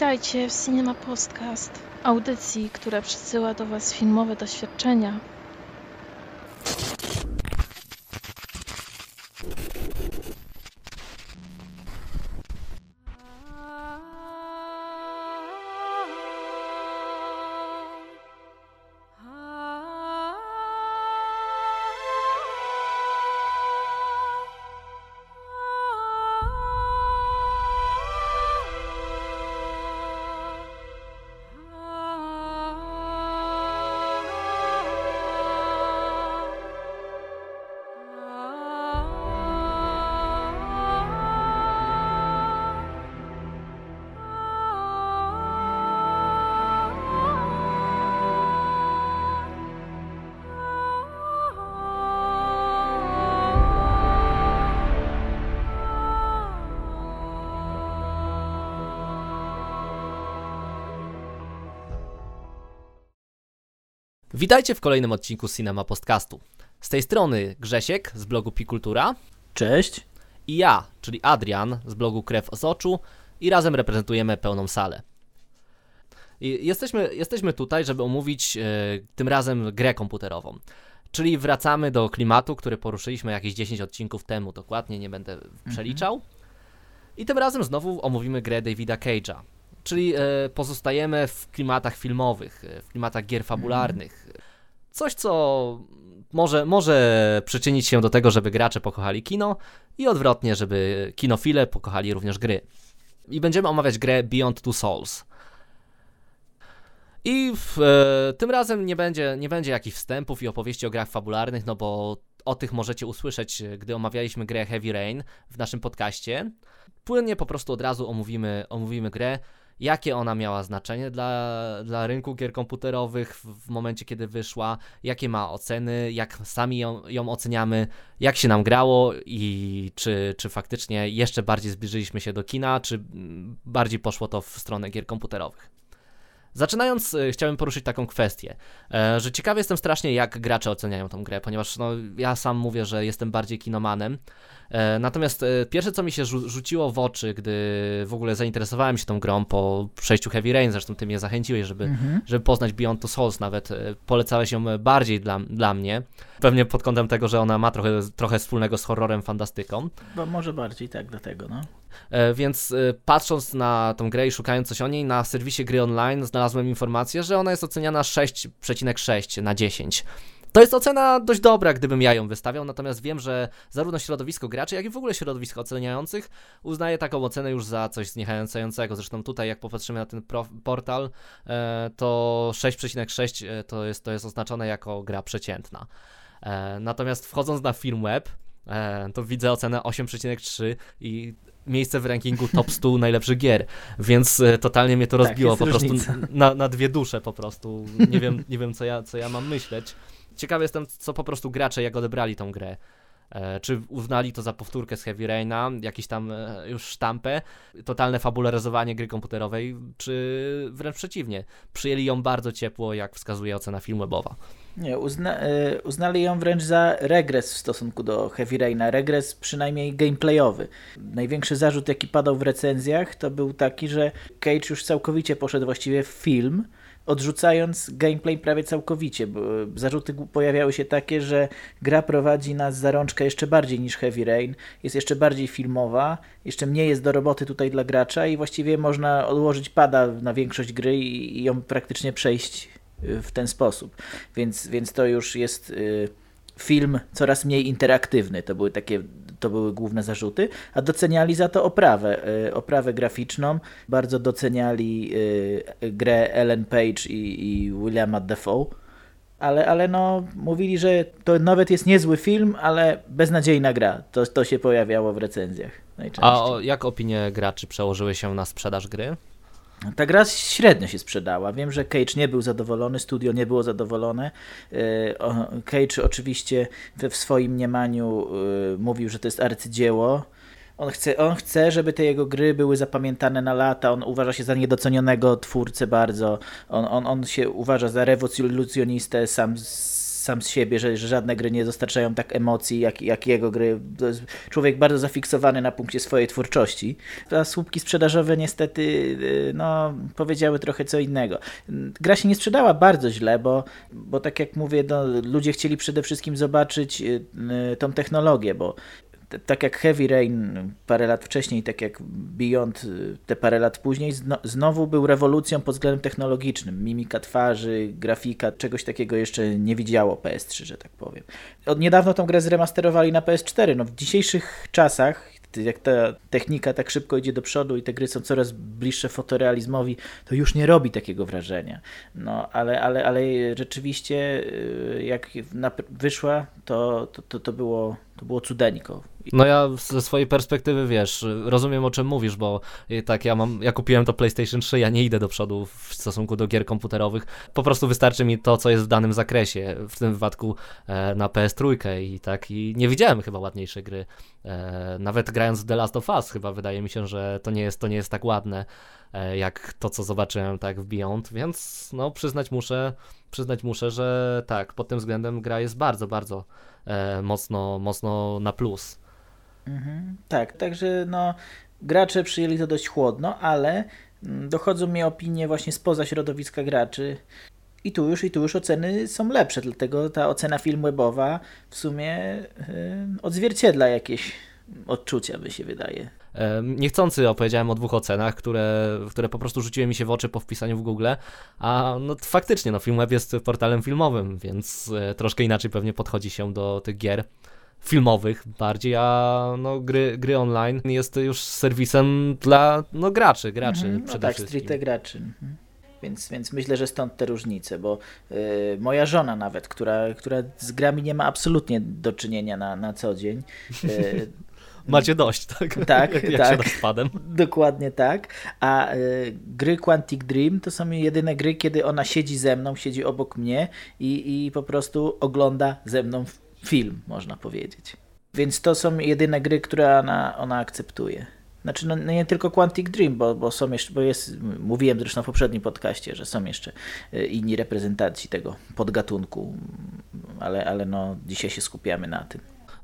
Witajcie w Cinema Podcast, audycji, która przesyła do Was filmowe doświadczenia. Witajcie w kolejnym odcinku Cinema Podcastu. Z tej strony Grzesiek z blogu Pikultura. Cześć. I ja, czyli Adrian z blogu Krew z oczu i razem reprezentujemy pełną salę. I jesteśmy tutaj, żeby omówić tym razem grę komputerową. Czyli wracamy do klimatu, który poruszyliśmy jakieś 10 odcinków temu, dokładnie nie będę przeliczał. I tym razem znowu omówimy grę Davida Cage'a. Czyli pozostajemy w klimatach filmowych, w klimatach gier fabularnych. Coś, co może przyczynić się do tego, żeby gracze pokochali kino i odwrotnie, żeby kinofile pokochali również gry. I będziemy omawiać grę Beyond Two Souls. I tym razem nie będzie jakichś wstępów i opowieści o grach fabularnych, no bo o tych możecie usłyszeć, gdy omawialiśmy grę Heavy Rain w naszym podcaście. Płynnie po prostu od razu omówimy grę, jakie ona miała znaczenie dla rynku gier komputerowych w momencie, kiedy wyszła, jakie ma oceny, jak sami ją oceniamy, jak się nam grało i czy faktycznie jeszcze bardziej zbliżyliśmy się do kina, czy bardziej poszło to w stronę gier komputerowych. Zaczynając, chciałem poruszyć taką kwestię, że ciekawy jestem strasznie, jak gracze oceniają tą grę, ponieważ ja sam mówię, że jestem bardziej kinomanem. Natomiast pierwsze, co mi się rzuciło w oczy, gdy w ogóle zainteresowałem się tą grą po przejściu Heavy Rain, zresztą ty mnie zachęciłeś, żeby poznać Beyond Two Souls, nawet polecałeś ją bardziej dla mnie, pewnie pod kątem tego, że ona ma trochę wspólnego z horrorem, fantastyką. Bo może bardziej tak, dlatego, no. Więc patrząc na tą grę i szukając coś o niej, na serwisie Gry Online znalazłem informację, że ona jest oceniana 6,6 na 10. To jest ocena dość dobra, gdybym ja ją wystawiał, natomiast wiem, że zarówno środowisko graczy, jak i w ogóle środowisko oceniających uznaje taką ocenę już za coś zniechęcającego. Zresztą tutaj, jak popatrzymy na ten portal, to 6,6 to jest oznaczone jako gra przeciętna. Natomiast wchodząc na Filmweb, to widzę ocenę 8,3 i miejsce w rankingu top 100 najlepszych gier, więc totalnie mnie to rozbiło po prostu na dwie dusze po prostu. Nie wiem co ja mam myśleć. Ciekawy jestem, co po prostu gracze, jak odebrali tą grę. Czy uznali to za powtórkę z Heavy Raina, jakiś tam już sztampę, totalne fabularyzowanie gry komputerowej, czy wręcz przeciwnie, przyjęli ją bardzo ciepło, jak wskazuje ocena Filmwebowa. Nie, uznali ją wręcz za regres w stosunku do Heavy Raina, regres przynajmniej gameplayowy. Największy zarzut, jaki padał w recenzjach, to był taki, że Cage już całkowicie poszedł właściwie w film, odrzucając gameplay prawie całkowicie, bo zarzuty pojawiały się takie, że gra prowadzi nas za rączkę jeszcze bardziej niż Heavy Rain, jest jeszcze bardziej filmowa, jeszcze mniej jest do roboty tutaj dla gracza i właściwie można odłożyć pada na większość gry i ją praktycznie przejść w ten sposób. Więc to już jest film coraz mniej interaktywny. To były główne zarzuty, a doceniali za to oprawę graficzną, bardzo doceniali grę Ellen Page i Williama Dafoe, ale no mówili, że to nawet jest niezły film, ale beznadziejna gra. To się pojawiało w recenzjach najczęściej. A jak opinie graczy przełożyły się na sprzedaż gry? Ta gra średnio się sprzedała. Wiem, że Cage nie był zadowolony, studio nie było zadowolone. Cage oczywiście w swoim mniemaniu mówił, że to jest arcydzieło. On chce, żeby te jego gry były zapamiętane na lata. On uważa się za niedocenionego twórcę bardzo. On się uważa za rewolucjonistę sam z sam z siebie, że żadne gry nie dostarczają tak emocji, jak jego gry. Człowiek bardzo zafiksowany na punkcie swojej twórczości. A słupki sprzedażowe niestety powiedziały trochę co innego. Gra się nie sprzedała bardzo źle, bo tak jak mówię, ludzie chcieli przede wszystkim zobaczyć tą technologię, bo tak jak Heavy Rain parę lat wcześniej, tak jak Beyond te parę lat później, znowu był rewolucją pod względem technologicznym. Mimika twarzy, grafika, czegoś takiego jeszcze nie widziało PS3, że tak powiem. Od niedawno tą grę zremasterowali na PS4. W dzisiejszych czasach, jak ta technika tak szybko idzie do przodu i te gry są coraz bliższe fotorealizmowi, to już nie robi takiego wrażenia. Ale rzeczywiście jak wyszła, to było cudeńko. No ja ze swojej perspektywy, wiesz, rozumiem o czym mówisz, bo tak ja kupiłem to PlayStation 3, ja nie idę do przodu w stosunku do gier komputerowych, po prostu wystarczy mi to, co jest w danym zakresie, w tym wypadku na PS3 i nie widziałem chyba ładniejszej gry, nawet grając w The Last of Us chyba wydaje mi się, że to nie jest tak ładne jak to, co zobaczyłem tak w Beyond, więc przyznać muszę, że tak, pod tym względem gra jest bardzo, bardzo mocno na plus. Tak, także gracze przyjęli to dość chłodno, ale dochodzą mi opinie właśnie spoza środowiska graczy i tu już oceny są lepsze, dlatego ta ocena filmwebowa w sumie odzwierciedla jakieś odczucia, mi się wydaje. Niechcący opowiedziałem o 2 ocenach, które po prostu rzuciły mi się w oczy po wpisaniu w Google, a faktycznie Filmweb jest portalem filmowym, więc troszkę inaczej pewnie podchodzi się do tych gier filmowych bardziej, a gry online jest już serwisem dla graczy przede wszystkim. Stricte graczy. Więc myślę, że stąd te różnice, bo moja żona nawet, która z grami nie ma absolutnie do czynienia na co dzień. Macie dość, tak? Tak, jak tak. się spadem. Dokładnie tak. A gry Quantic Dream to są jedyne gry, kiedy ona siedzi ze mną, siedzi obok mnie i po prostu ogląda ze mną film, można powiedzieć. Więc to są jedyne gry, które ona akceptuje. Znaczy, nie tylko Quantic Dream, bo są jeszcze, mówiłem zresztą w poprzednim podcaście, że są jeszcze inni reprezentanci tego podgatunku, ale dzisiaj się skupiamy na tym.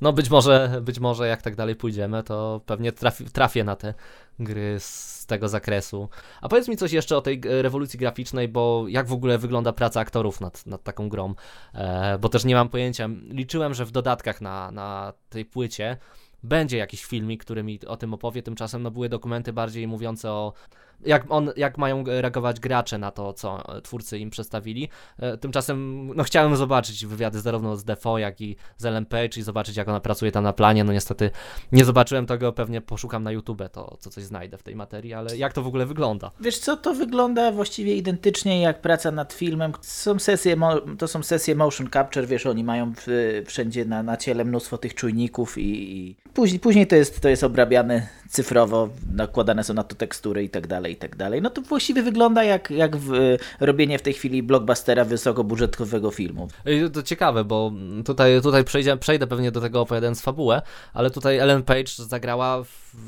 Być może jak tak dalej pójdziemy, to pewnie trafię na te gry z tego zakresu. A powiedz mi coś jeszcze o tej rewolucji graficznej, bo jak w ogóle wygląda praca aktorów nad taką grą, bo też nie mam pojęcia. Liczyłem, że w dodatkach na tej płycie będzie jakiś filmik, który mi o tym opowie, tymczasem były dokumenty bardziej mówiące o jak mają reagować gracze na to, co twórcy im przedstawili. Tymczasem chciałem zobaczyć wywiady zarówno z Defoe, jak i z Ellen Page i zobaczyć, jak ona pracuje tam na planie. Niestety nie zobaczyłem tego, pewnie poszukam na YouTube, to coś znajdę w tej materii, ale jak to w ogóle wygląda? Wiesz co, to wygląda właściwie identycznie jak praca nad filmem. To są sesje motion capture, wiesz, oni mają wszędzie na ciele mnóstwo tych czujników i później to jest obrabiane cyfrowo, nakładane są na to tekstury i tak dalej. To właściwie wygląda jak robienie w tej chwili blockbustera wysokobudżetowego filmu. To ciekawe, bo tutaj przejdę pewnie do tego, opowiadając fabułę, ale tutaj Ellen Page zagrała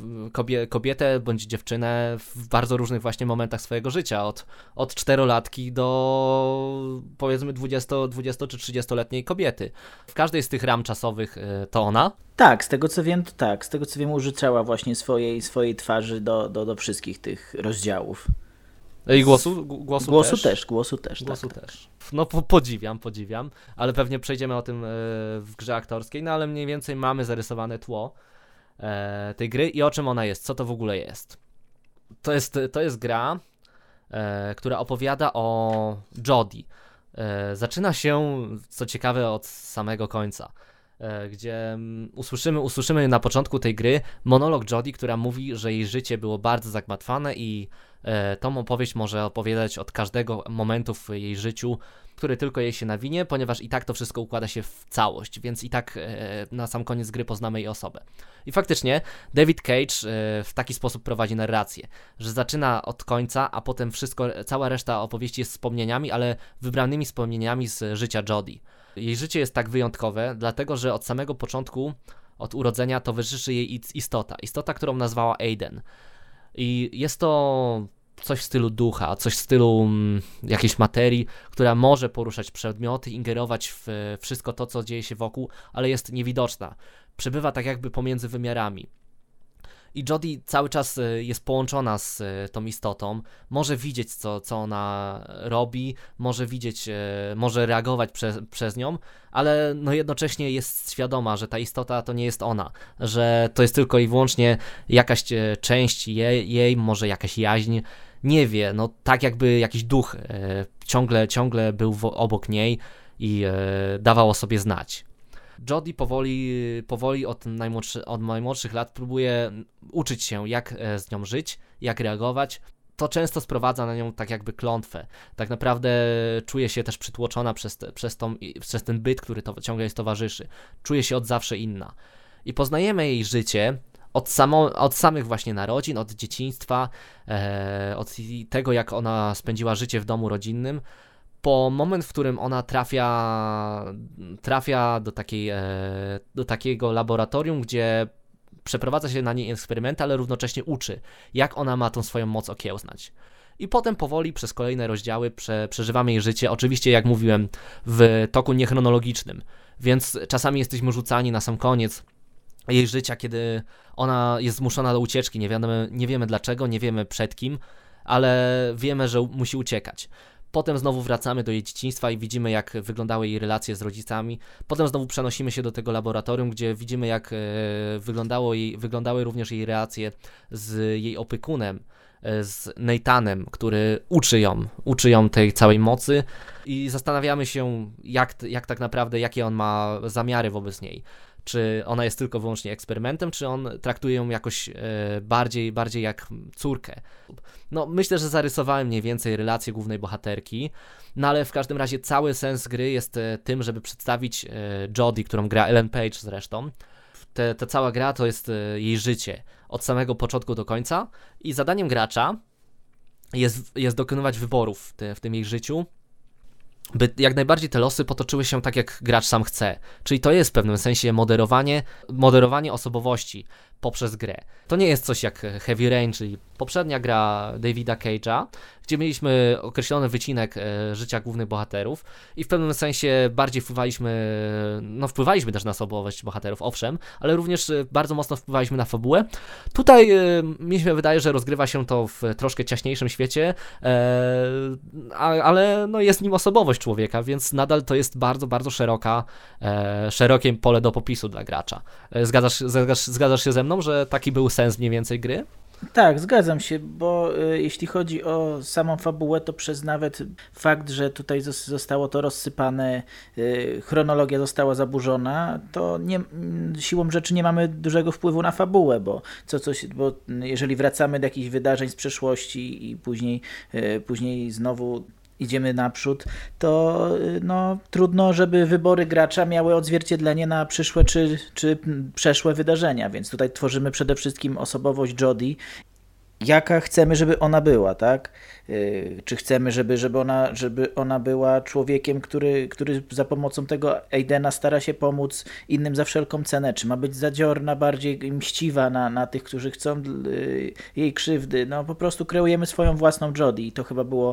kobietę bądź dziewczynę w bardzo różnych właśnie momentach swojego życia, od 4-latki do powiedzmy 20 czy 30-letniej kobiety. W każdej z tych ram czasowych to ona? Tak, z tego co wiem użyczała właśnie swojej twarzy do wszystkich tych rozdziałów. I głosu też? Głosu też. Podziwiam, ale pewnie przejdziemy o tym w grze aktorskiej, ale mniej więcej mamy zarysowane tło tej gry i o czym ona jest, co to w ogóle jest. To jest gra, która opowiada o Jodie. Zaczyna się, co ciekawe, od samego końca, gdzie usłyszymy na początku tej gry monolog Jodie, która mówi, że jej życie było bardzo zagmatwane i tą opowieść może opowiadać od każdego momentu w jej życiu, który tylko jej się nawinie, ponieważ i tak to wszystko układa się w całość, więc i tak na sam koniec gry poznamy jej osobę. I faktycznie David Cage w taki sposób prowadzi narrację, że zaczyna od końca, a potem cała reszta opowieści jest wspomnieniami, ale wybranymi wspomnieniami z życia Jodie. Jej życie jest tak wyjątkowe, dlatego że od samego początku, od urodzenia towarzyszy jej istota, którą nazwała Aiden. I jest to coś w stylu ducha, coś w stylu jakiejś materii, która może poruszać przedmioty, ingerować w wszystko to, co dzieje się wokół, ale jest niewidoczna. Przebywa tak jakby pomiędzy wymiarami. I Jodie cały czas jest połączona z tą istotą, może widzieć, co ona robi, może widzieć, może reagować przez nią, ale no jednocześnie jest świadoma, że ta istota to nie jest ona, że to jest tylko i wyłącznie jakaś część jej, może jakaś jaźń, nie wie, no tak jakby jakiś duch ciągle był obok niej i dawał o sobie znać. Jodie powoli od najmłodszych lat próbuje uczyć się, jak z nią żyć, jak reagować. To często sprowadza na nią tak jakby klątwę. Tak naprawdę czuje się też przytłoczona przez ten byt, który ciągle jej towarzyszy. Czuje się od zawsze inna. I poznajemy jej życie od samych właśnie narodzin, od dzieciństwa, od tego, jak ona spędziła życie w domu rodzinnym, po moment, w którym ona trafia do takiego laboratorium, gdzie przeprowadza się na niej eksperymenty, ale równocześnie uczy, jak ona ma tą swoją moc okiełznać. I potem powoli przez kolejne rozdziały przeżywamy jej życie, oczywiście jak mówiłem, w toku niechronologicznym, więc czasami jesteśmy rzucani na sam koniec jej życia, kiedy ona jest zmuszona do ucieczki, nie wiemy dlaczego, nie wiemy przed kim, ale wiemy, że musi uciekać. Potem znowu wracamy do jej dzieciństwa i widzimy, jak wyglądały jej relacje z rodzicami. Potem znowu przenosimy się do tego laboratorium, gdzie widzimy, jak wyglądały również jej relacje z jej opiekunem, z Nathanem, który uczy ją tej całej mocy i zastanawiamy się, jak tak naprawdę, jakie on ma zamiary wobec niej. Czy ona jest tylko wyłącznie eksperymentem, czy on traktuje ją jakoś bardziej jak córkę. No, myślę, że zarysowałem mniej więcej relację głównej bohaterki, no ale w każdym razie cały sens gry jest tym, żeby przedstawić Jodie, którą gra Ellen Page zresztą. Ta cała gra to jest jej życie, od samego początku do końca i zadaniem gracza jest dokonywać wyborów w tym jej życiu, by jak najbardziej te losy potoczyły się tak, jak gracz sam chce. Czyli to jest w pewnym sensie moderowanie osobowości poprzez grę. To nie jest coś jak Heavy Rain, czyli poprzednia gra Davida Cage'a, gdzie mieliśmy określony wycinek życia głównych bohaterów i w pewnym sensie bardziej wpływaliśmy też na osobowość bohaterów, owszem, ale również bardzo mocno wpływaliśmy na fabułę. Tutaj mi się wydaje, że rozgrywa się to w troszkę ciaśniejszym świecie, ale no jest nim osobowość człowieka, więc nadal to jest bardzo, bardzo szerokie pole do popisu dla gracza. Zgadzasz się ze mną, że taki był sens mniej więcej gry? Tak, zgadzam się, bo jeśli chodzi o samą fabułę, to przez nawet fakt, że tutaj zostało to rozsypane, chronologia została zaburzona, to siłą rzeczy nie mamy dużego wpływu na fabułę, bo jeżeli wracamy do jakichś wydarzeń z przeszłości i później znowu idziemy naprzód, to no, trudno, żeby wybory gracza miały odzwierciedlenie na przyszłe czy przeszłe wydarzenia, więc tutaj tworzymy przede wszystkim osobowość Jodie, jaka chcemy, żeby ona była, tak? Czy chcemy, żeby ona była człowiekiem, który za pomocą tego Aidena stara się pomóc innym za wszelką cenę, czy ma być zadziorna, bardziej mściwa na tych, którzy chcą jej krzywdy. No po prostu kreujemy swoją własną Jodie i to chyba było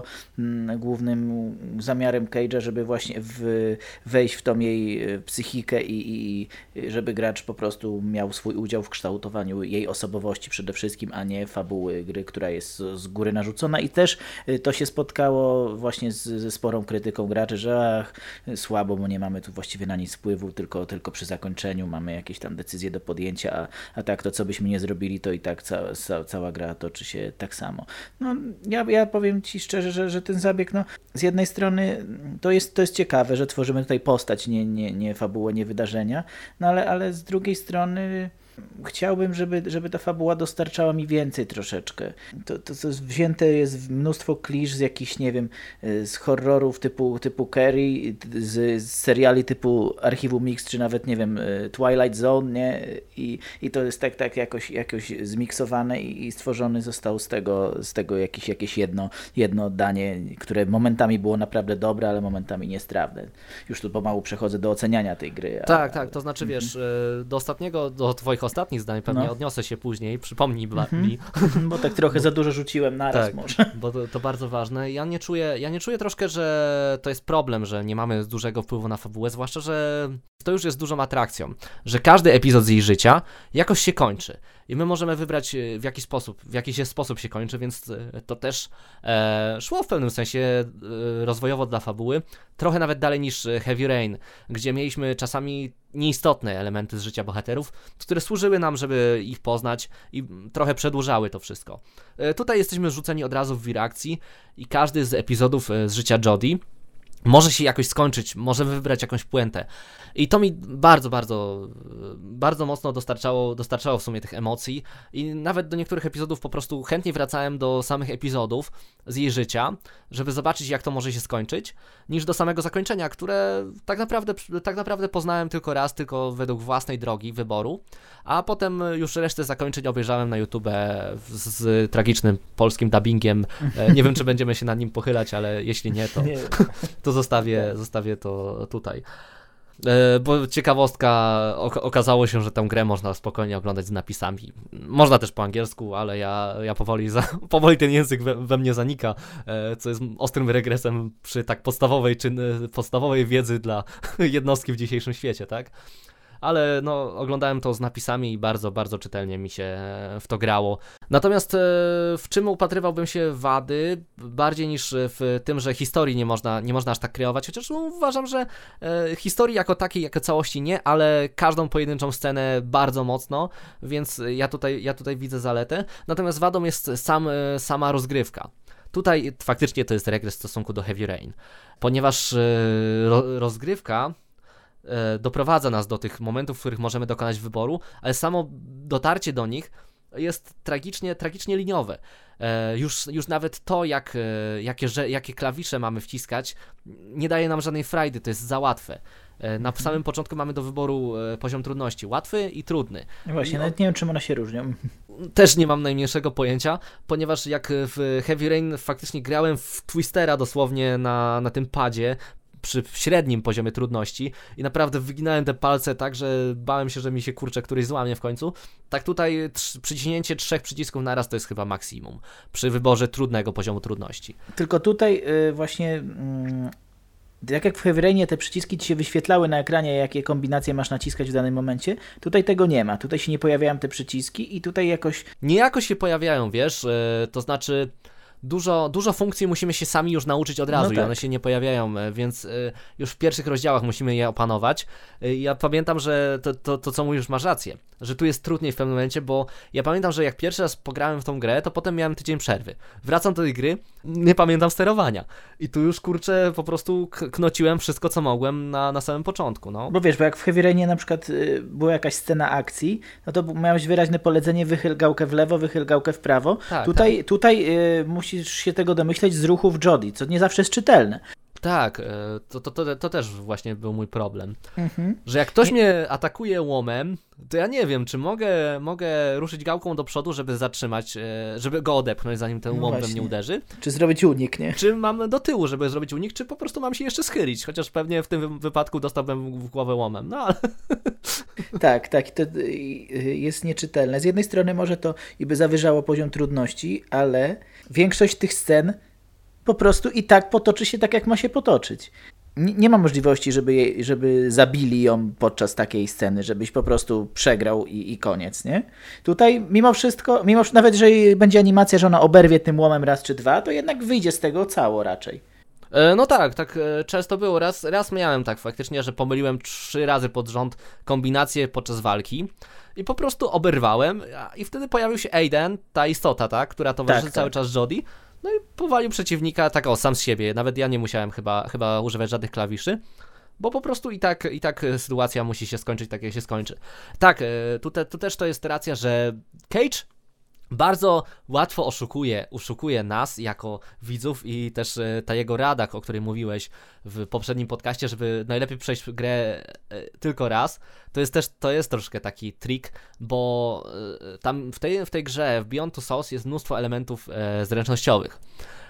głównym zamiarem Cage'a, żeby właśnie wejść w tą jej psychikę i żeby gracz po prostu miał swój udział w kształtowaniu jej osobowości przede wszystkim, a nie fabuły gry, która jest z góry narzucona i też to się spotkało właśnie ze sporą krytyką graczy, że słabo, bo nie mamy tu właściwie na nic wpływu, tylko przy zakończeniu mamy jakieś tam decyzje do podjęcia, a tak to co byśmy nie zrobili, to i tak cała gra toczy się tak samo. No, ja powiem Ci szczerze, że ten zabieg, no, z jednej strony to jest ciekawe, że tworzymy tutaj postać, nie fabułę, nie wydarzenia, no ale z drugiej strony chciałbym, żeby ta fabuła dostarczała mi więcej troszeczkę. To wzięte jest mnóstwo klisz z jakichś, nie wiem, z horrorów typu Carrie, z seriali typu Archiwum Mix, czy nawet, nie wiem, Twilight Zone, nie? I to jest tak jakoś zmiksowane i stworzony został z tego jakieś jedno danie, które momentami było naprawdę dobre, ale momentami niestrawne. Już tu pomału przechodzę do oceniania tej gry. Tak, to znaczy, wiesz, do Twoich tych ostatnich zdań pewnie odniosę się później, przypomnij mi. Bo tak trochę za dużo rzuciłem naraz tak, może. Bo to bardzo ważne. Ja nie czuję troszkę, że to jest problem, że nie mamy dużego wpływu na fabułę, zwłaszcza, że to już jest dużą atrakcją, że każdy epizod z jej życia jakoś się kończy. I my możemy wybrać w jaki sposób się kończy, więc to też szło w pewnym sensie rozwojowo dla fabuły, trochę nawet dalej niż Heavy Rain, gdzie mieliśmy czasami nieistotne elementy z życia bohaterów, które służyły nam, żeby ich poznać i trochę przedłużały to wszystko. Tutaj jesteśmy rzuceni od razu w wir akcji i każdy z epizodów z życia Jodie może się jakoś skończyć, możemy wybrać jakąś puentę. I to mi bardzo, bardzo, bardzo mocno dostarczało w sumie tych emocji i nawet do niektórych epizodów po prostu chętnie wracałem do samych epizodów z jej życia, żeby zobaczyć, jak to może się skończyć, niż do samego zakończenia, które tak naprawdę poznałem tylko raz, tylko według własnej drogi wyboru, a potem już resztę zakończeń obejrzałem na YouTube z tragicznym polskim dubbingiem. Nie wiem, czy będziemy się nad nim pochylać, ale jeśli nie, to zostawię to tutaj. Bo ciekawostka, okazało się, że tę grę można spokojnie oglądać z napisami. Można też po angielsku, ale ja powoli ten język we mnie zanika, co jest ostrym regresem przy tak podstawowej wiedzy dla jednostki w dzisiejszym świecie, tak? Ale no, oglądałem to z napisami i bardzo, bardzo czytelnie mi się w to grało. Natomiast w czym upatrywałbym się wady, bardziej niż w tym, że historii nie można aż tak kreować, chociaż uważam, że historii jako takiej, jako całości nie, ale każdą pojedynczą scenę bardzo mocno, więc ja tutaj widzę zaletę. Natomiast wadą jest sama rozgrywka. Tutaj faktycznie to jest regres w stosunku do Heavy Rain, ponieważ rozgrywka doprowadza nas do tych momentów, w których możemy dokonać wyboru, ale samo dotarcie do nich jest tragicznie liniowe. Już nawet to, jakie klawisze mamy wciskać, nie daje nam żadnej frajdy, to jest za łatwe. Na samym początku mamy do wyboru poziom trudności, łatwy i trudny. Właśnie, nawet nie wiem, czym one się różnią. Też nie mam najmniejszego pojęcia, ponieważ jak w Heavy Rain faktycznie grałem w Twistera dosłownie na tym padzie, przy średnim poziomie trudności i naprawdę wyginałem te palce tak, że bałem się, że mi się któryś złamie w końcu. Tak tutaj przyciśnięcie 3 przycisków naraz to jest chyba maksimum przy wyborze trudnego poziomu trudności. Tylko tutaj właśnie tak jak w Heavy Rainie te przyciski ci się wyświetlały na ekranie, jakie kombinacje masz naciskać w danym momencie, tutaj tego nie ma. Tutaj się nie pojawiają te przyciski i tutaj jakoś... Niejako się pojawiają, wiesz, to znaczy... Dużo funkcji musimy się sami już nauczyć od razu i one się nie pojawiają, więc już w pierwszych rozdziałach musimy je opanować. Ja pamiętam, że to co mówisz, masz rację, że tu jest trudniej w pewnym momencie, bo ja pamiętam, że jak pierwszy raz pograłem w tą grę, to potem miałem tydzień przerwy. Wracam do tej gry, nie pamiętam sterowania i tu już po prostu knociłem wszystko, co mogłem na samym początku. No. Bo wiesz, bo jak w Heavy Rainie na przykład była jakaś scena akcji, no to miałeś wyraźne polecenie, wychyl gałkę w lewo, wychyl gałkę w prawo. Tak, tutaj musisz się tego domyśleć z ruchów Jodie, co nie zawsze jest czytelne. Tak, to też właśnie był mój problem. Że jak ktoś mnie atakuje łomem, to ja nie wiem, czy mogę ruszyć gałką do przodu, żeby zatrzymać, żeby go odepchnąć, zanim ten łom we mnie uderzy. Czy zrobić unik, nie? Czy mam do tyłu, żeby zrobić unik, czy po prostu mam się jeszcze schylić, chociaż pewnie w tym wypadku dostałbym w głowę łomem, no ale... Tak, to jest nieczytelne. Z jednej strony może to i by zawyżało poziom trudności, ale większość tych scen po prostu i tak potoczy się tak, jak ma się potoczyć. Nie ma możliwości, żeby zabili ją podczas takiej sceny, żebyś po prostu przegrał i koniec, nie? Tutaj mimo wszystko, nawet jeżeli będzie animacja, że ona oberwie tym łomem raz czy dwa, to jednak wyjdzie z tego cało raczej. No tak często było. Raz miałem tak faktycznie, że pomyliłem 3 razy pod rząd kombinację podczas walki i po prostu oberwałem i wtedy pojawił się Aiden, ta istota, tak, która towarzyszy cały czas Jodie. No i powalił przeciwnika sam z siebie. Nawet ja nie musiałem chyba używać żadnych klawiszy, bo po prostu i tak sytuacja musi się skończyć tak, jak się skończy. Tak, tu też to jest racja, że Cage bardzo łatwo oszukuje nas jako widzów i też ta jego rada, o której mówiłeś w poprzednim podcaście, żeby najlepiej przejść grę tylko raz, to jest troszkę taki trik, bo tam w tej grze w Beyond Two Souls jest mnóstwo elementów zręcznościowych.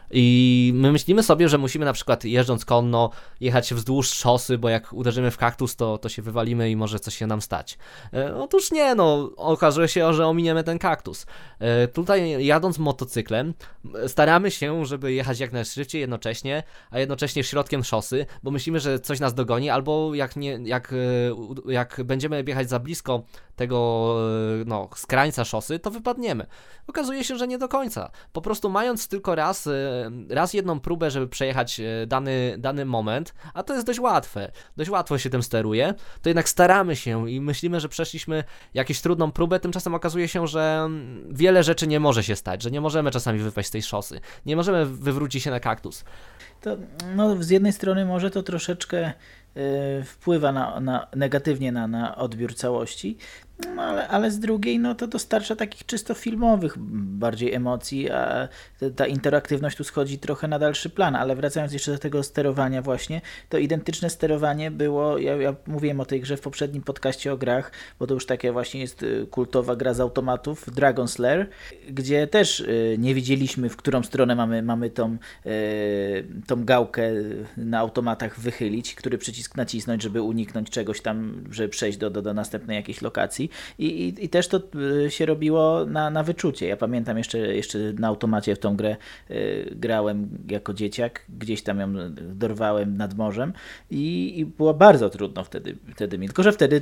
I my myślimy sobie, że musimy na przykład jeżdżąc konno jechać wzdłuż szosy, bo jak uderzymy w kaktus, to się wywalimy i może coś się nam stać. Otóż nie, no okazuje się, że ominiemy ten kaktus. Tutaj jadąc motocyklem staramy się, żeby jechać jak najszybciej jednocześnie, a jednocześnie środkiem szosy, bo myślimy, że coś nas dogoni, albo jak będziemy jechać za blisko tego skrańca szosy, to wypadniemy. Okazuje się, że nie do końca. Po prostu mając tylko raz jedną próbę, żeby przejechać dany moment, a to jest dość łatwo się tym steruje, to jednak staramy się i myślimy, że przeszliśmy jakąś trudną próbę, tymczasem okazuje się, że wiele rzeczy nie może się stać, że nie możemy czasami wypaść z tej szosy, nie możemy wywrócić się na kaktus. To z jednej strony może to troszeczkę wpływa negatywnie na odbiór całości, ale z drugiej to dostarcza takich czysto filmowych bardziej emocji, a ta interaktywność tu schodzi trochę na dalszy plan, ale wracając jeszcze do tego sterowania właśnie, to identyczne sterowanie było, ja mówiłem o tej grze w poprzednim podcaście o grach, bo to już takie właśnie jest kultowa gra z automatów, Dragon's Lair, gdzie też nie wiedzieliśmy, w którą stronę mamy tą gałkę na automatach wychylić, który przycisk nacisnąć, żeby uniknąć czegoś tam, żeby przejść do następnej jakiejś lokacji. I też to się robiło na wyczucie. Ja pamiętam jeszcze na automacie w tą grę grałem jako dzieciak, gdzieś tam ją dorwałem nad morzem i było bardzo trudno wtedy mi. Tylko że wtedy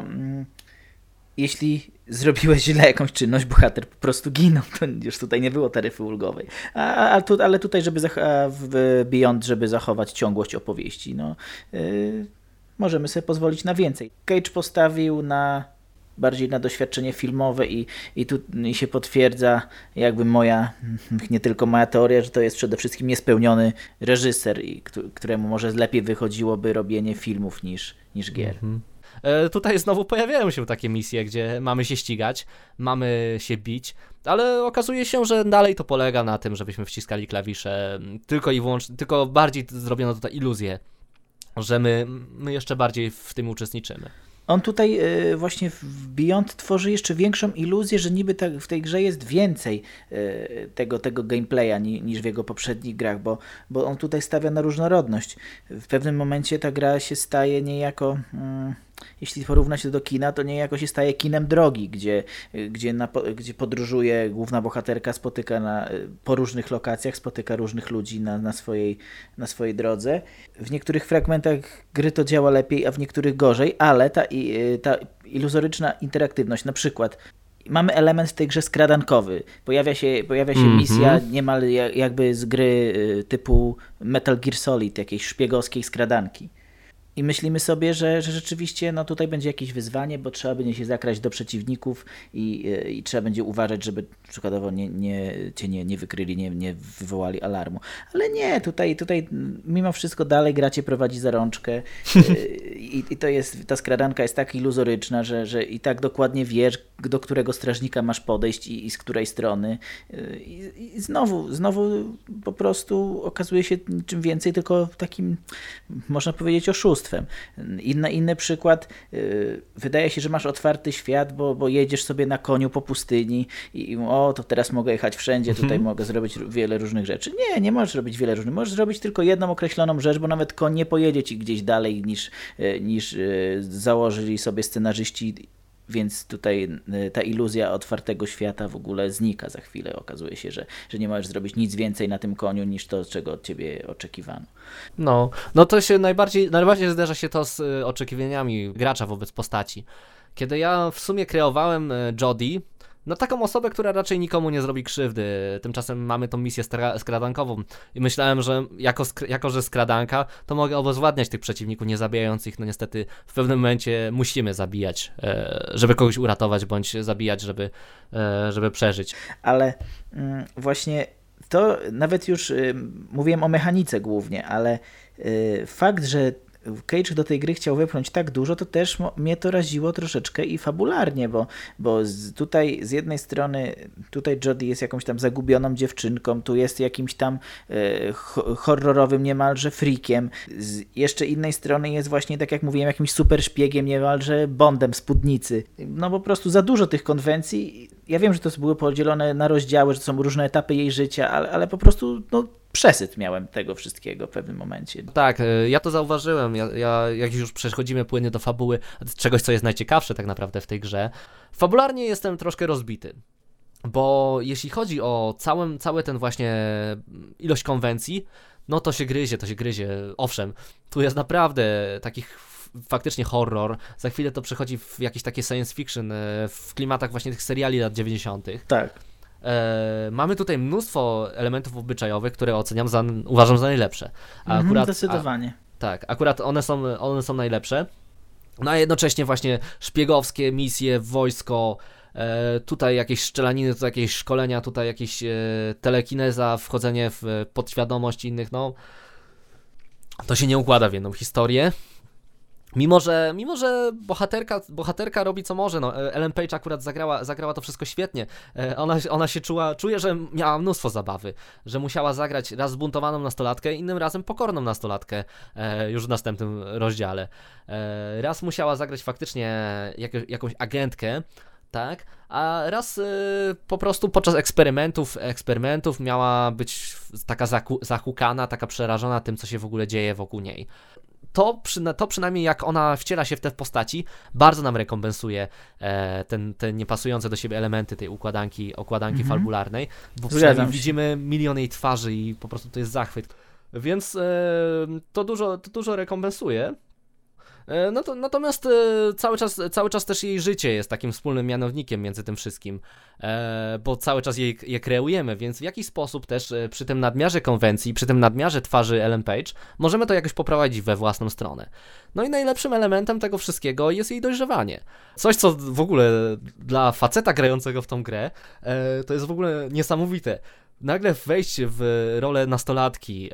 jeśli zrobiłeś źle jakąś czynność, bohater po prostu ginął, to już tutaj nie było taryfy ulgowej. Ale tutaj, w Beyond, żeby zachować ciągłość opowieści, możemy sobie pozwolić na więcej. Cage postawił bardziej na doświadczenie filmowe i tu się potwierdza jakby nie tylko moja teoria, że to jest przede wszystkim niespełniony reżyser, któremu może lepiej wychodziłoby robienie filmów niż gier. Mhm. Tutaj znowu pojawiają się takie misje, gdzie mamy się ścigać, mamy się bić, ale okazuje się, że dalej to polega na tym, żebyśmy wciskali klawisze tylko i wyłącznie, tylko bardziej zrobiono tutaj iluzję, że my jeszcze bardziej w tym uczestniczymy. On tutaj właśnie w Beyond tworzy jeszcze większą iluzję, że niby w tej grze jest więcej tego gameplaya niż w jego poprzednich grach, bo on tutaj stawia na różnorodność. W pewnym momencie ta gra się staje niejako, jeśli porówna się do kina, to niejako się staje kinem drogi, gdzie podróżuje główna bohaterka, spotyka po różnych lokacjach, spotyka różnych ludzi na swojej drodze. W niektórych fragmentach gry to działa lepiej, a w niektórych gorzej, ale ta iluzoryczna interaktywność, na przykład mamy element w tej grze skradankowy. Pojawia się misja niemal jakby z gry typu Metal Gear Solid, jakiejś szpiegowskiej skradanki. I myślimy sobie, że rzeczywiście tutaj będzie jakieś wyzwanie, bo trzeba będzie się zakraść do przeciwników i trzeba będzie uważać, żeby przykładowo cię nie wykryli, nie wywołali alarmu. Ale nie, tutaj mimo wszystko dalej gra cię prowadzi za rączkę i ta skradanka jest tak iluzoryczna, że i tak dokładnie wiesz, do którego strażnika masz podejść i z której strony. I znowu po prostu okazuje się niczym więcej, tylko takim, można powiedzieć, oszustwem. Inny przykład, wydaje się, że masz otwarty świat, bo jedziesz sobie na koniu po pustyni i to teraz mogę jechać wszędzie, tutaj mogę zrobić wiele różnych rzeczy. Nie możesz robić wiele różnych, możesz zrobić tylko jedną określoną rzecz, bo nawet koń nie pojedzie ci gdzieś dalej niż założyli sobie scenarzyści, więc tutaj ta iluzja otwartego świata w ogóle znika za chwilę. Okazuje się, że nie możesz zrobić nic więcej na tym koniu niż to, czego od ciebie oczekiwano. No to się najbardziej zderza się to z oczekiwaniami gracza wobec postaci. Kiedy ja w sumie kreowałem Jodie, taką osobę, która raczej nikomu nie zrobi krzywdy. Tymczasem mamy tą misję skradankową i myślałem, że jako że skradanka, to mogę obezwładniać tych przeciwników, nie zabijając ich. Niestety w pewnym momencie musimy zabijać, żeby kogoś uratować, bądź zabijać, żeby przeżyć. Ale właśnie to nawet już mówiłem o mechanice głównie, ale fakt, że Cage do tej gry chciał wepchnąć tak dużo, to też mnie to raziło troszeczkę i fabularnie, bo tutaj z jednej strony Jodie jest jakąś tam zagubioną dziewczynką, tu jest jakimś tam horrorowym niemalże freakiem, z jeszcze innej strony jest właśnie, tak jak mówiłem, jakimś super szpiegiem, niemalże Bondem spódnicy. Po prostu za dużo tych konwencji. Ja wiem, że to były podzielone na rozdziały, że to są różne etapy jej życia, ale po prostu przesyt miałem tego wszystkiego w pewnym momencie. Tak, ja to zauważyłem, jak już przechodzimy płynnie do fabuły, czegoś co jest najciekawsze tak naprawdę w tej grze, fabularnie jestem troszkę rozbity. Bo jeśli chodzi o cały ten właśnie ilość konwencji, no to się gryzie. Owszem, tu jest naprawdę takich faktycznie horror. Za chwilę to przechodzi w jakieś takie science fiction w klimatach właśnie tych seriali lat 90. Tak. Mamy tutaj mnóstwo elementów obyczajowych, które uważam za najlepsze. Zdecydowanie. Tak, akurat one są najlepsze. No a jednocześnie właśnie szpiegowskie misje, wojsko, tutaj jakieś strzelaniny, tutaj jakieś szkolenia, tutaj jakieś telekineza, wchodzenie w podświadomość innych, no to się nie układa w jedną historię. Mimo że bohaterka robi co może, no Ellen Page akurat zagrała to wszystko świetnie. Ona się czuję, że miała mnóstwo zabawy, że musiała zagrać raz zbuntowaną nastolatkę, innym razem pokorną nastolatkę już w następnym rozdziale. Raz musiała zagrać faktycznie jakąś agentkę, tak, a raz po prostu podczas eksperymentów miała być taka zahukana, taka przerażona tym, co się w ogóle dzieje wokół niej. To przynajmniej jak ona wciela się w te postaci, bardzo nam rekompensuje te niepasujące do siebie elementy tej układanki fabularnej, bo przynajmniej widzimy milion jej twarzy i po prostu to jest zachwyt. Więc to dużo rekompensuje. Natomiast cały czas też jej życie jest takim wspólnym mianownikiem między tym wszystkim, bo cały czas je kreujemy, więc w jakiś sposób też przy tym nadmiarze konwencji, przy tym nadmiarze twarzy Ellen Page możemy to jakoś poprowadzić we własną stronę. No i najlepszym elementem tego wszystkiego jest jej dojrzewanie. Coś, co w ogóle dla faceta grającego w tą grę to jest w ogóle niesamowite. Nagle wejść w rolę nastolatki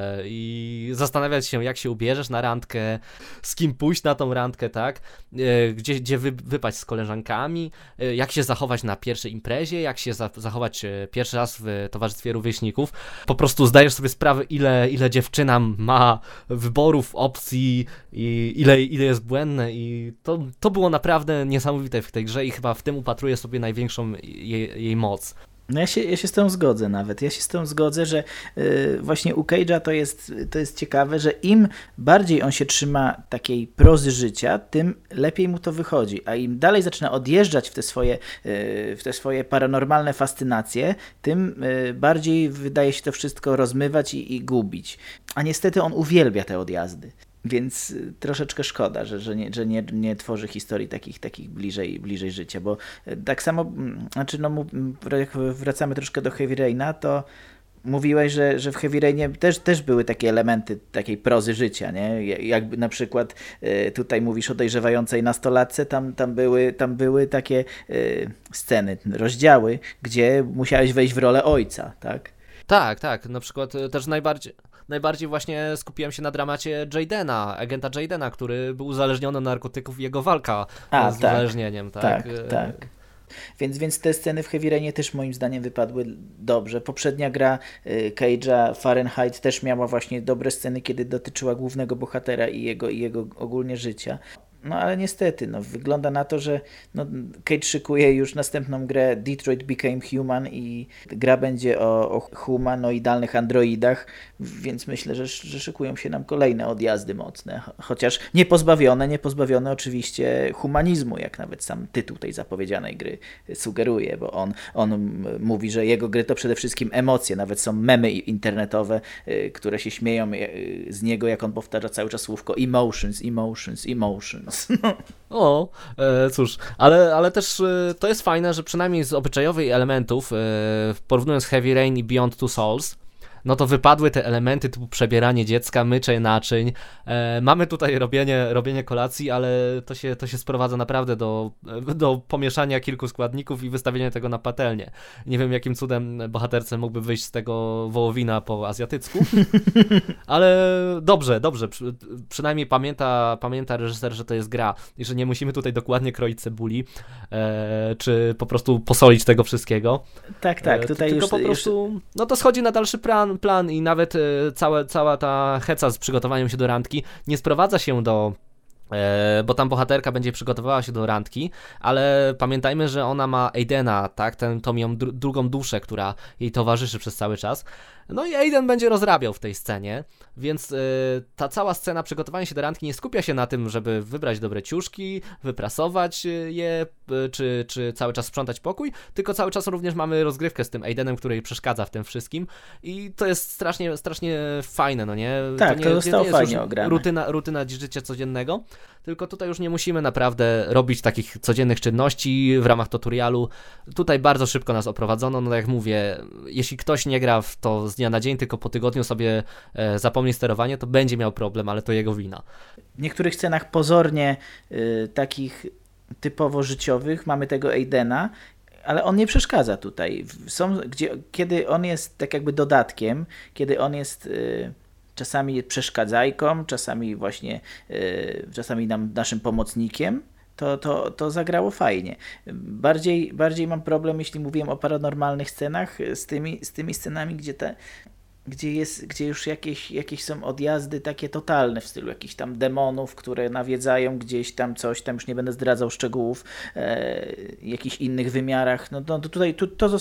i zastanawiać się, jak się ubierzesz na randkę, z kim pójść na tą randkę, tak? Gdzie wypaść z koleżankami, jak się zachować na pierwszej imprezie, jak się zachować pierwszy raz w towarzystwie rówieśników. Po prostu zdajesz sobie sprawę, ile dziewczyna ma wyborów, opcji i ile jest błędne i to było naprawdę niesamowite w tej grze i chyba w tym upatruję sobie największą jej moc. No ja się z tą zgodzę nawet. Ja się z tą zgodzę, że właśnie u Cage'a to jest ciekawe, że im bardziej on się trzyma takiej prozy życia, tym lepiej mu to wychodzi. A im dalej zaczyna odjeżdżać w te swoje paranormalne fascynacje, tym bardziej wydaje się to wszystko rozmywać i gubić. A niestety on uwielbia te odjazdy. Więc troszeczkę szkoda, że nie tworzy historii takich bliżej życia, bo tak samo, znaczy jak wracamy troszkę do Heavy Raina, to mówiłeś, że w Heavy Rainie też były takie elementy takiej prozy życia, nie? Jakby na przykład tutaj mówisz o dojrzewającej nastolatce, tam były takie sceny, rozdziały, gdzie musiałeś wejść w rolę ojca, tak? Tak, na przykład też najbardziej właśnie skupiłem się na dramacie Jaydena, agenta Jaydena, który był uzależniony od narkotyków i jego walka z uzależnieniem. Tak. Więc te sceny w Heavy Rainie też moim zdaniem wypadły dobrze. Poprzednia gra Cage'a, Fahrenheit, też miała właśnie dobre sceny, kiedy dotyczyła głównego bohatera i jego ogólnie życia. No ale niestety, wygląda na to, że Cage szykuje już następną grę Detroit Became Human i gra będzie o humanoidalnych androidach, więc myślę, że szykują się nam kolejne odjazdy mocne, chociaż nie pozbawione oczywiście humanizmu, jak nawet sam tytuł tej zapowiedzianej gry sugeruje, bo on mówi, że jego gry to przede wszystkim emocje, nawet są memy internetowe, które się śmieją z niego, jak on powtarza cały czas słówko emotions. Cóż, ale też to jest fajne, że przynajmniej z obyczajowych elementów, porównując Heavy Rain i Beyond Two Souls, no to wypadły te elementy typu przebieranie dziecka, mycie naczyń. Mamy tutaj robienie kolacji, ale to się sprowadza naprawdę do pomieszania kilku składników i wystawienia tego na patelnię. Nie wiem, jakim cudem bohaterce mógłby wyjść z tego wołowina po azjatycku, ale dobrze. Przynajmniej pamięta reżyser, że to jest gra i że nie musimy tutaj dokładnie kroić cebuli, czy po prostu posolić tego wszystkiego. Tak, tutaj tylko już po prostu, no to schodzi na dalszy plan i nawet cała ta heca z przygotowaniem się do randki nie sprowadza się do bo tam bohaterka będzie przygotowała się do randki, ale pamiętajmy, że ona ma Aidena, tak, tą ją drugą duszę, która jej towarzyszy przez cały czas. No i Aiden będzie rozrabiał w tej scenie, więc ta cała scena przygotowania się do randki nie skupia się na tym, żeby wybrać dobre ciuszki, wyprasować je, czy cały czas sprzątać pokój, tylko cały czas również mamy rozgrywkę z tym Aidenem, który jej przeszkadza w tym wszystkim i to jest strasznie, strasznie fajne, no nie? Tak, to zostało fajnie już ograne. rutyna życia codziennego, tylko tutaj już nie musimy naprawdę robić takich codziennych czynności w ramach tutorialu. Tutaj bardzo szybko nas oprowadzono, no jak mówię, jeśli ktoś nie gra w to z dnia na dzień, tylko po tygodniu sobie zapomni sterowanie, to będzie miał problem, ale to jego wina. W niektórych scenach pozornie takich typowo życiowych mamy tego Aidena, ale on nie przeszkadza tutaj. Kiedy on jest tak jakby dodatkiem, kiedy on jest czasami przeszkadzajką, czasami właśnie naszym pomocnikiem, to zagrało fajnie. Bardziej mam problem, jeśli mówiłem o paranormalnych scenach, z tymi scenami, gdzie już jakieś są odjazdy takie totalne w stylu jakichś tam demonów, które nawiedzają gdzieś tam coś, tam już nie będę zdradzał szczegółów, jakichś innych wymiarach. No tutaj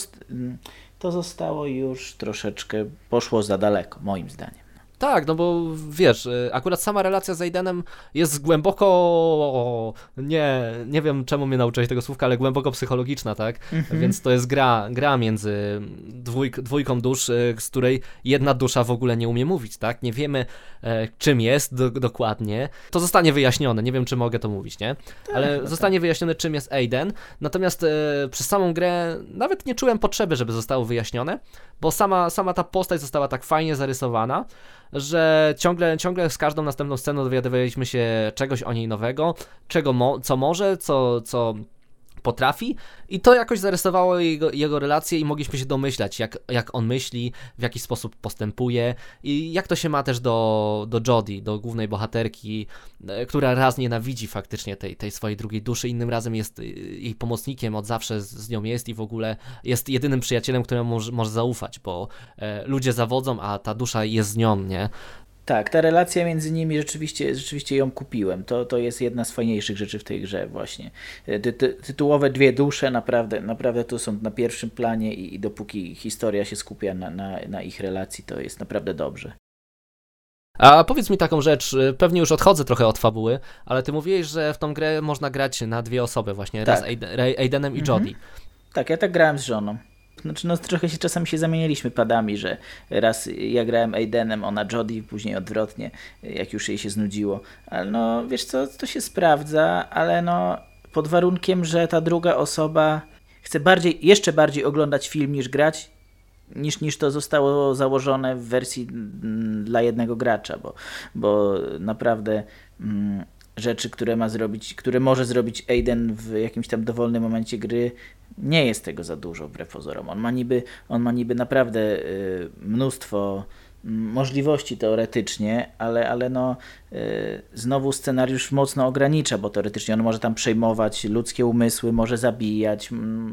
to zostało już troszeczkę, poszło za daleko, moim zdaniem. Tak, no bo wiesz, akurat sama relacja z Aidenem jest głęboko, nie wiem czemu mnie nauczyłeś tego słówka, ale głęboko psychologiczna, tak? Więc to jest gra między dwójką dusz, z której jedna dusza w ogóle nie umie mówić, tak? Nie wiemy czym jest dokładnie. To zostanie wyjaśnione, nie wiem czy mogę to mówić, nie? Ale zostanie wyjaśnione czym jest Aiden, natomiast przez samą grę nawet nie czułem potrzeby, żeby zostało wyjaśnione, bo sama ta postać została tak fajnie zarysowana, że ciągle z każdą następną sceną dowiadywaliśmy się czegoś o niej nowego, co może, co potrafi i to jakoś zarysowało jego relacje i mogliśmy się domyślać, jak on myśli, w jaki sposób postępuje i jak to się ma też do Jodie, do głównej bohaterki, która raz nienawidzi faktycznie tej swojej drugiej duszy, innym razem jest jej pomocnikiem, od zawsze z nią jest i w ogóle jest jedynym przyjacielem, któremu może zaufać, bo ludzie zawodzą, a ta dusza jest z nią, nie? Tak, ta relacja między nimi rzeczywiście ją kupiłem. To jest jedna z fajniejszych rzeczy w tej grze właśnie. Tytułowe dwie dusze naprawdę to są na pierwszym planie i dopóki historia się skupia na ich relacji, to jest naprawdę dobrze. A powiedz mi taką rzecz, pewnie już odchodzę trochę od fabuły, ale ty mówiłeś, że w tą grę można grać na dwie osoby właśnie, tak. Raz Aidenem i Jodie. Tak, ja tak grałem z żoną. Znaczy, trochę czasami się zamieniliśmy padami, że raz ja grałem Aidenem, ona Jodie, później odwrotnie, jak już jej się znudziło. Ale no, wiesz co, to się sprawdza, ale no, pod warunkiem, że ta druga osoba chce jeszcze bardziej oglądać film niż grać, niż to zostało założone w wersji dla jednego gracza, bo naprawdę rzeczy, które może zrobić Aiden w jakimś tam dowolnym momencie gry, nie jest tego za dużo wbrew pozorom. On ma niby naprawdę mnóstwo możliwości teoretycznie, ale no znowu scenariusz mocno ogranicza, bo teoretycznie on może tam przejmować ludzkie umysły, może zabijać.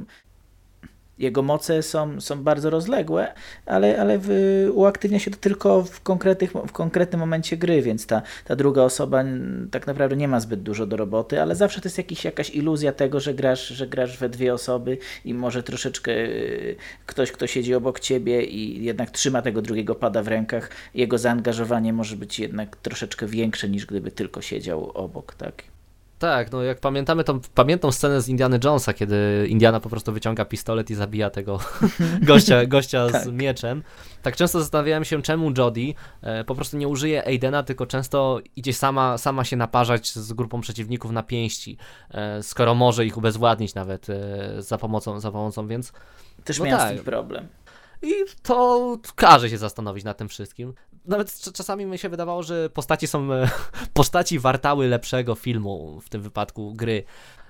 Jego moce są bardzo rozległe, ale uaktywnia się to tylko w konkretnym momencie gry, więc ta druga osoba tak naprawdę nie ma zbyt dużo do roboty, ale zawsze to jest jakaś iluzja tego, że grasz we dwie osoby i może troszeczkę ktoś, kto siedzi obok ciebie i jednak trzyma tego drugiego pada w rękach, jego zaangażowanie może być jednak troszeczkę większe niż gdyby tylko siedział obok, tak? Tak, no jak pamiętam scenę z Indiana Jonesa, kiedy Indiana po prostu wyciąga pistolet i zabija tego gościa tak. z mieczem. Tak często zastanawiałem się, czemu Jodie po prostu nie użyje Aidena, tylko często idzie sama się naparzać z grupą przeciwników na pięści, skoro może ich ubezwładnić nawet za pomocą, więc... Też no miałem tak. z tym problem. I to każe się zastanowić nad tym wszystkim. Nawet czasami mi się wydawało, że postaci wartały lepszego filmu, w tym wypadku gry,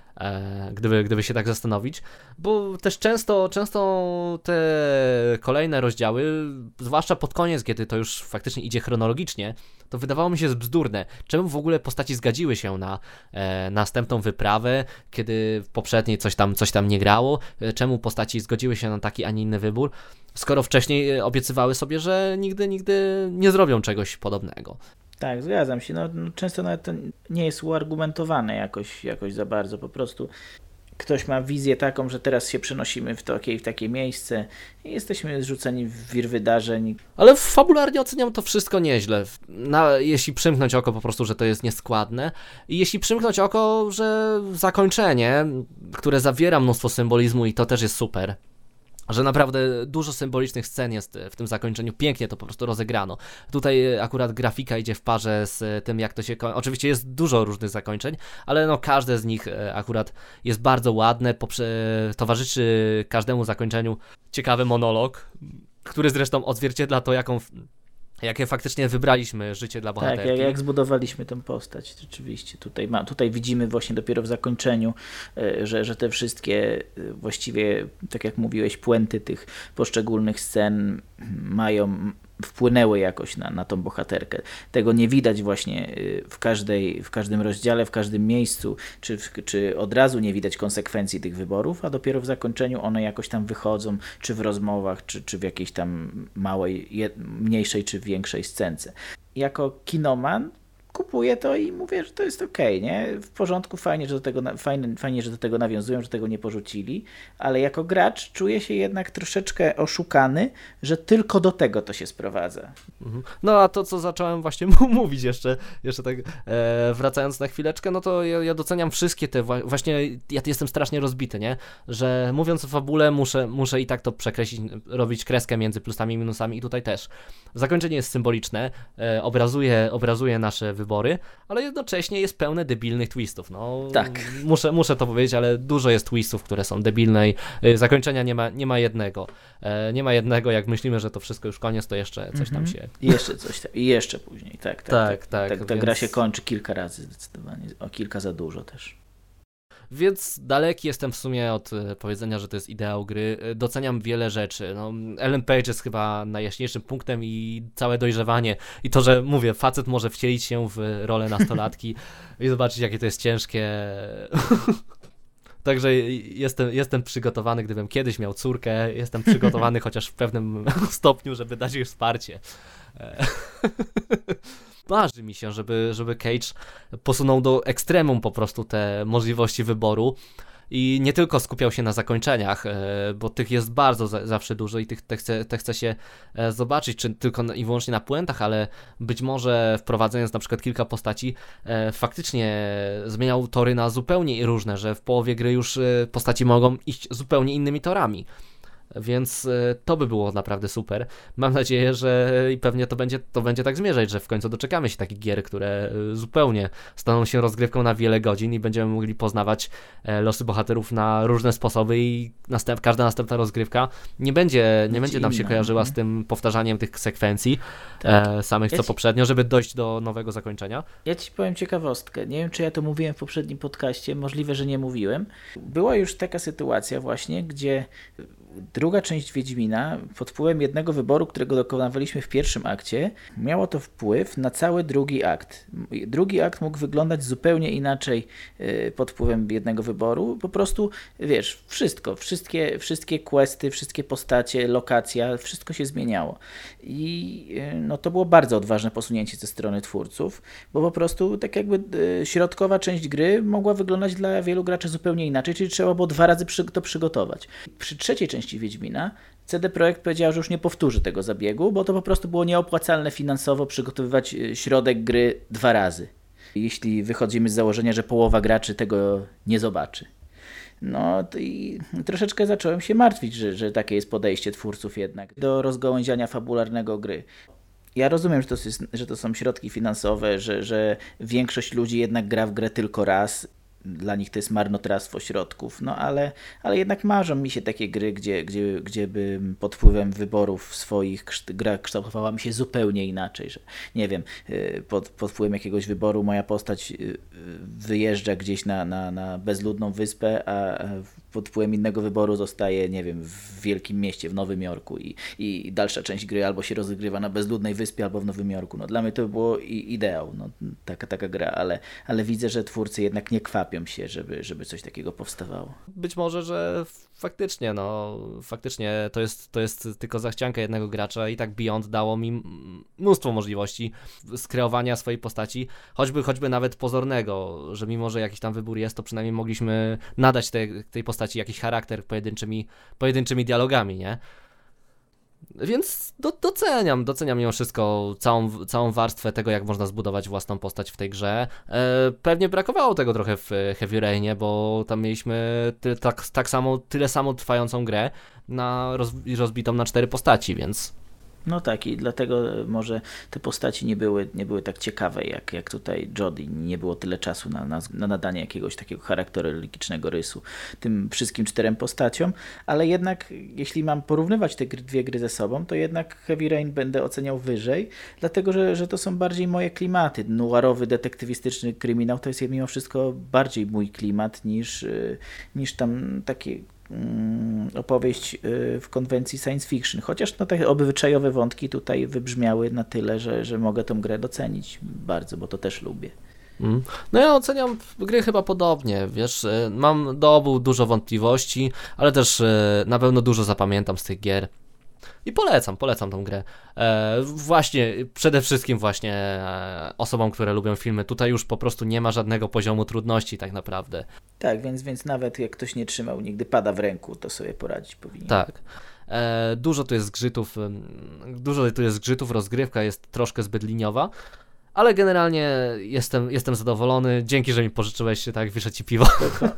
gdyby się tak zastanowić, bo też często te kolejne rozdziały, zwłaszcza pod koniec, kiedy to już faktycznie idzie chronologicznie, to wydawało mi się bzdurne. Czemu w ogóle postaci zgodziły się na następną wyprawę, kiedy w poprzedniej coś tam nie grało? Czemu postaci zgodziły się na taki, a nie inny wybór, skoro wcześniej obiecywały sobie, że nigdy nie zrobią czegoś podobnego? Tak, zgadzam się. No, często nawet to nie jest uargumentowane jakoś za bardzo. Po prostu ktoś ma wizję taką, że teraz się przenosimy w takie miejsce i jesteśmy zrzuceni w wir wydarzeń. Ale fabularnie oceniam to wszystko nieźle. Jeśli przymknąć oko po prostu, że to jest nieskładne i jeśli przymknąć oko, że zakończenie, które zawiera mnóstwo symbolizmu i to też jest super. Że naprawdę dużo symbolicznych scen jest w tym zakończeniu, pięknie to po prostu rozegrano. Tutaj akurat grafika idzie w parze z tym, jak to się oczywiście jest dużo różnych zakończeń, ale no każde z nich akurat jest bardzo ładne, towarzyszy każdemu zakończeniu ciekawy monolog, który zresztą odzwierciedla to, jakie faktycznie wybraliśmy życie dla bohaterki. Tak, jak zbudowaliśmy tę postać, rzeczywiście. Tutaj widzimy właśnie dopiero w zakończeniu, że te wszystkie właściwie, tak jak mówiłeś, puenty tych poszczególnych scen wpłynęły jakoś na tą bohaterkę. Tego nie widać właśnie w każdym rozdziale, w każdym miejscu, czy od razu nie widać konsekwencji tych wyborów, a dopiero w zakończeniu one jakoś tam wychodzą, czy w rozmowach, czy w jakiejś tam mniejszej czy większej scence. Jako kinoman kupuję to i mówię, że to jest okej, nie? W porządku, fajnie, że do tego nawiązują, że tego nie porzucili, ale jako gracz czuję się jednak troszeczkę oszukany, że tylko do tego to się sprowadza. No a to, co zacząłem właśnie mówić jeszcze tak wracając na chwileczkę, no to ja doceniam wszystkie te, właśnie ja jestem strasznie rozbity, nie? Że mówiąc o fabule muszę i tak to przekreślić, robić kreskę między plusami i minusami i tutaj też. Zakończenie jest symboliczne, obrazuje nasze wybory, ale jednocześnie jest pełne debilnych twistów. No, tak. Muszę to powiedzieć, ale dużo jest twistów, które są debilne i zakończenia nie ma jednego. Nie ma jednego, jak myślimy, że to wszystko już koniec, to jeszcze coś tam się... I jeszcze coś tam. I jeszcze później. Tak. Ta więc... gra się kończy kilka razy zdecydowanie. O kilka za dużo też. Więc daleki jestem w sumie od powiedzenia, że to jest ideał gry. Doceniam wiele rzeczy. No, Ellen Page jest chyba najjaśniejszym punktem i całe dojrzewanie. I to, że mówię, facet może wcielić się w rolę nastolatki i zobaczyć, jakie to jest ciężkie. Także jestem przygotowany, gdybym kiedyś miał córkę. Jestem przygotowany chociaż w pewnym stopniu, żeby dać jej wsparcie. Marzy mi się, żeby Cage posunął do ekstremum po prostu te możliwości wyboru i nie tylko skupiał się na zakończeniach, bo tych jest bardzo zawsze dużo i te chce się zobaczyć, czy tylko i wyłącznie na puentach, ale być może wprowadzając na przykład kilka postaci faktycznie zmieniał tory na zupełnie różne, że w połowie gry już postaci mogą iść zupełnie innymi torami. Więc to by było naprawdę super. Mam nadzieję, że i pewnie to będzie tak zmierzać, że w końcu doczekamy się takich gier, które zupełnie staną się rozgrywką na wiele godzin i będziemy mogli poznawać losy bohaterów na różne sposoby i każda następna rozgrywka nie będzie nam się kojarzyła z tym powtarzaniem tych sekwencji samych co poprzednio, żeby dojść do nowego zakończenia. Ja ci powiem ciekawostkę. Nie wiem, czy ja to mówiłem w poprzednim podcaście, możliwe, że nie mówiłem. Była już taka sytuacja właśnie, gdzie druga część Wiedźmina pod wpływem jednego wyboru, którego dokonywaliśmy w pierwszym akcie, miało to wpływ na cały drugi akt. Drugi akt mógł wyglądać zupełnie inaczej pod wpływem jednego wyboru. Po prostu, wiesz, wszystkie questy, wszystkie postacie, lokacja, wszystko się zmieniało. I no, to było bardzo odważne posunięcie ze strony twórców, bo po prostu tak jakby środkowa część gry mogła wyglądać dla wielu graczy zupełnie inaczej, czyli trzeba było 2 razy to przygotować. Przy trzeciej części Wiedźmina CD Projekt powiedział, że już nie powtórzy tego zabiegu, bo to po prostu było nieopłacalne finansowo przygotowywać środek gry 2 razy. Jeśli wychodzimy z założenia, że połowa graczy tego nie zobaczy. No i troszeczkę zacząłem się martwić, że takie jest podejście twórców jednak do rozgałęziania fabularnego gry. Ja rozumiem, że to są środki finansowe, że większość ludzi jednak gra w grę tylko raz. Dla nich to jest marnotrawstwo środków, no ale jednak marzą mi się takie gry, gdzie by pod wpływem wyborów swoich gra kształtowała mi się zupełnie inaczej, że nie wiem, pod wpływem jakiegoś wyboru moja postać wyjeżdża gdzieś na bezludną wyspę, a pod wpływem innego wyboru zostaje, nie wiem, w wielkim mieście, w Nowym Jorku i dalsza część gry albo się rozgrywa na bezludnej wyspie, albo w Nowym Jorku. No dla mnie to by było ideał, no, taka gra, ale widzę, że twórcy jednak nie kwapią się, żeby coś takiego powstawało. Być może, że faktycznie to jest tylko zachcianka jednego gracza i tak Beyond dało mi mnóstwo możliwości skreowania swojej postaci, choćby nawet pozornego, że mimo, że jakiś tam wybór jest, to przynajmniej mogliśmy nadać tej postaci jakiś charakter pojedynczymi dialogami, nie? Więc doceniam mimo wszystko całą warstwę tego, jak można zbudować własną postać w tej grze. Pewnie brakowało tego trochę w Heavy Rainie, bo tam mieliśmy tyle samo trwającą grę rozbitą na 4 postaci, więc... No tak, i dlatego może te postaci nie były tak ciekawe jak tutaj Jodie. Nie było tyle czasu na nadanie jakiegoś takiego charakterologicznego rysu tym wszystkim 4 postaciom, ale jednak jeśli mam porównywać te dwie gry ze sobą, to jednak Heavy Rain będę oceniał wyżej, dlatego że to są bardziej moje klimaty. Noirowy, detektywistyczny kryminał to jest mimo wszystko bardziej mój klimat niż tam takie opowieść w konwencji science fiction, chociaż te obyczajowe wątki tutaj wybrzmiały na tyle, że mogę tę grę docenić bardzo, bo to też lubię. No ja oceniam gry chyba podobnie, wiesz, mam do obu dużo wątpliwości, ale też na pewno dużo zapamiętam z tych gier. I polecam tą grę. Właśnie, przede wszystkim właśnie osobom, które lubią filmy. Tutaj już po prostu nie ma żadnego poziomu trudności tak naprawdę. Tak, więc nawet jak ktoś nie trzymał nigdy pada w ręku, to sobie poradzić powinien. Tak. Dużo tu jest zgrzytów, rozgrywka jest troszkę zbyt liniowa, ale generalnie jestem zadowolony. Dzięki, że mi pożyczyłeś, tak, wiszę ci piwo.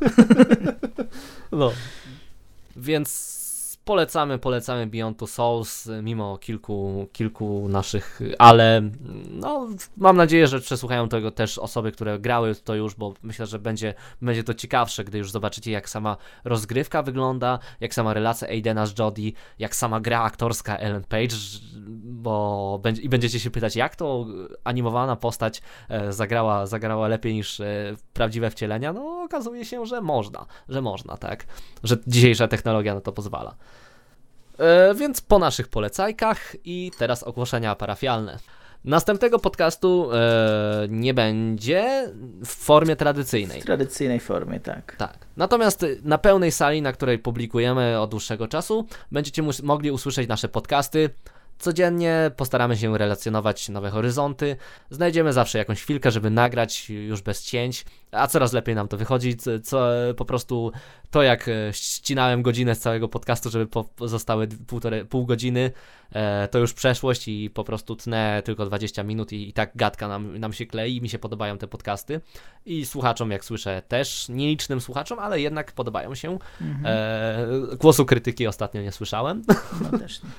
No. Więc polecamy Beyond Two Souls, mimo kilku naszych, ale no, mam nadzieję, że przesłuchają tego też osoby, które grały w to już, bo myślę, że będzie to ciekawsze, gdy już zobaczycie, jak sama rozgrywka wygląda, jak sama relacja Aidena z Jodie, jak sama gra aktorska Ellen Page, i będziecie się pytać, jak to animowana postać zagrała lepiej niż prawdziwe wcielenia. No, okazuje się, że można, tak, że dzisiejsza technologia na to pozwala. Więc po naszych polecajkach i teraz ogłoszenia parafialne. Następnego podcastu nie będzie w formie tradycyjnej. W tradycyjnej formie, tak. Tak. Natomiast na pełnej sali, na której publikujemy od dłuższego czasu, będziecie mogli usłyszeć nasze podcasty. Codziennie postaramy się relacjonować nowe horyzonty. Znajdziemy zawsze jakąś chwilkę, żeby nagrać już bez cięć, a coraz lepiej nam to wychodzi. Po prostu to, jak ścinałem godzinę z całego podcastu, żeby zostały pół godziny, to już przeszłość i po prostu tnę tylko 20 minut i tak gadka nam się klei. Mi się podobają te podcasty i słuchaczom, jak słyszę, też nielicznym słuchaczom, ale jednak podobają się. Głosu krytyki ostatnio nie słyszałem. No też nie.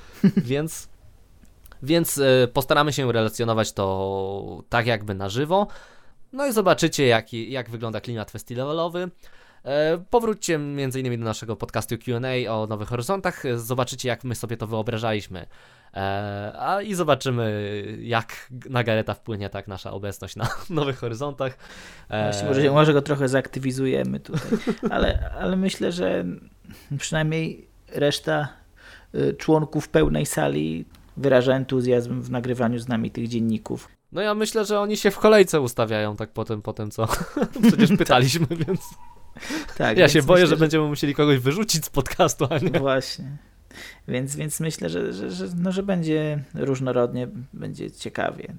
Więc postaramy się relacjonować to tak jakby na żywo. No i zobaczycie, jak wygląda klimat festiwalowy. Powróćcie m.in. do naszego podcastu Q&A o Nowych Horyzontach. Zobaczycie, jak my sobie to wyobrażaliśmy. I zobaczymy, jak na Gareta wpłynie tak nasza obecność na Nowych Horyzontach. Właśnie, może go trochę zaktywizujemy tutaj. Ale myślę, że przynajmniej reszta członków pełnej sali wyraża entuzjazm w nagrywaniu z nami tych dzienników. No ja myślę, że oni się w kolejce ustawiają tak potem co przecież pytaliśmy, więc tak, ja się boję, że będziemy musieli kogoś wyrzucić z podcastu, a nie? Właśnie. Więc myślę, że będzie różnorodnie, będzie ciekawie.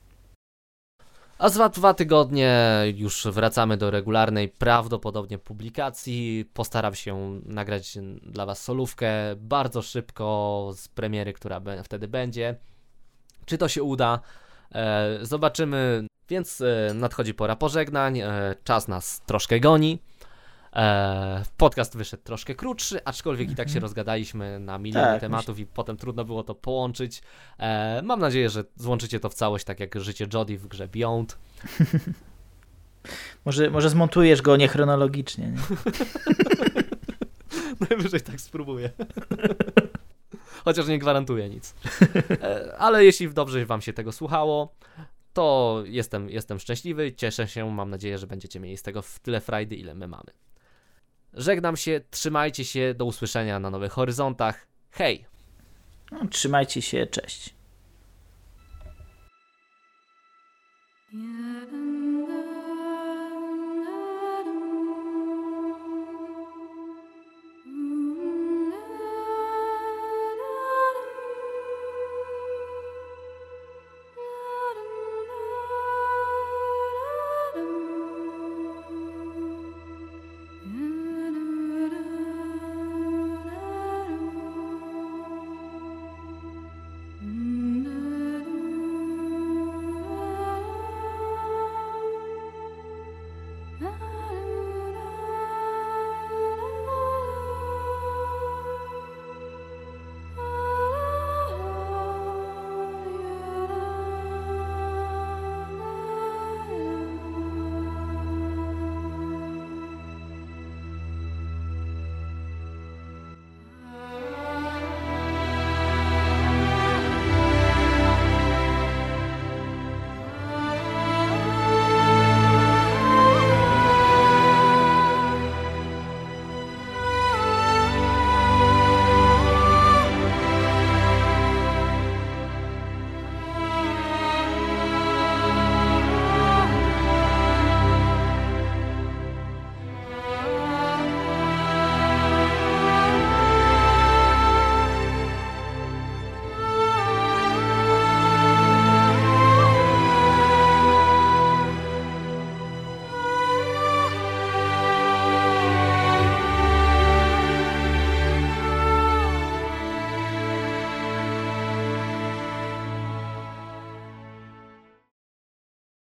A za 2 tygodnie już wracamy do regularnej prawdopodobnie publikacji. Postaram się nagrać dla Was solówkę bardzo szybko z premiery, która wtedy będzie. Czy to się uda? Zobaczymy. Więc nadchodzi pora pożegnań. Czas nas troszkę goni. Podcast wyszedł troszkę krótszy, aczkolwiek i tak się rozgadaliśmy na miliony tematów i potem trudno było to połączyć. Mam nadzieję, że złączycie to w całość, tak jak życie Jodie w grze Beyond. Może zmontujesz go niechronologicznie, nie? Najwyżej tak spróbuję. Chociaż nie gwarantuję nic. Ale jeśli dobrze wam się tego słuchało, to jestem szczęśliwy, cieszę się, mam nadzieję, że będziecie mieli z tego tyle frajdy, ile my mamy. Żegnam się, trzymajcie się, do usłyszenia na Nowych Horyzontach. Hej! No, trzymajcie się, cześć. Yeah.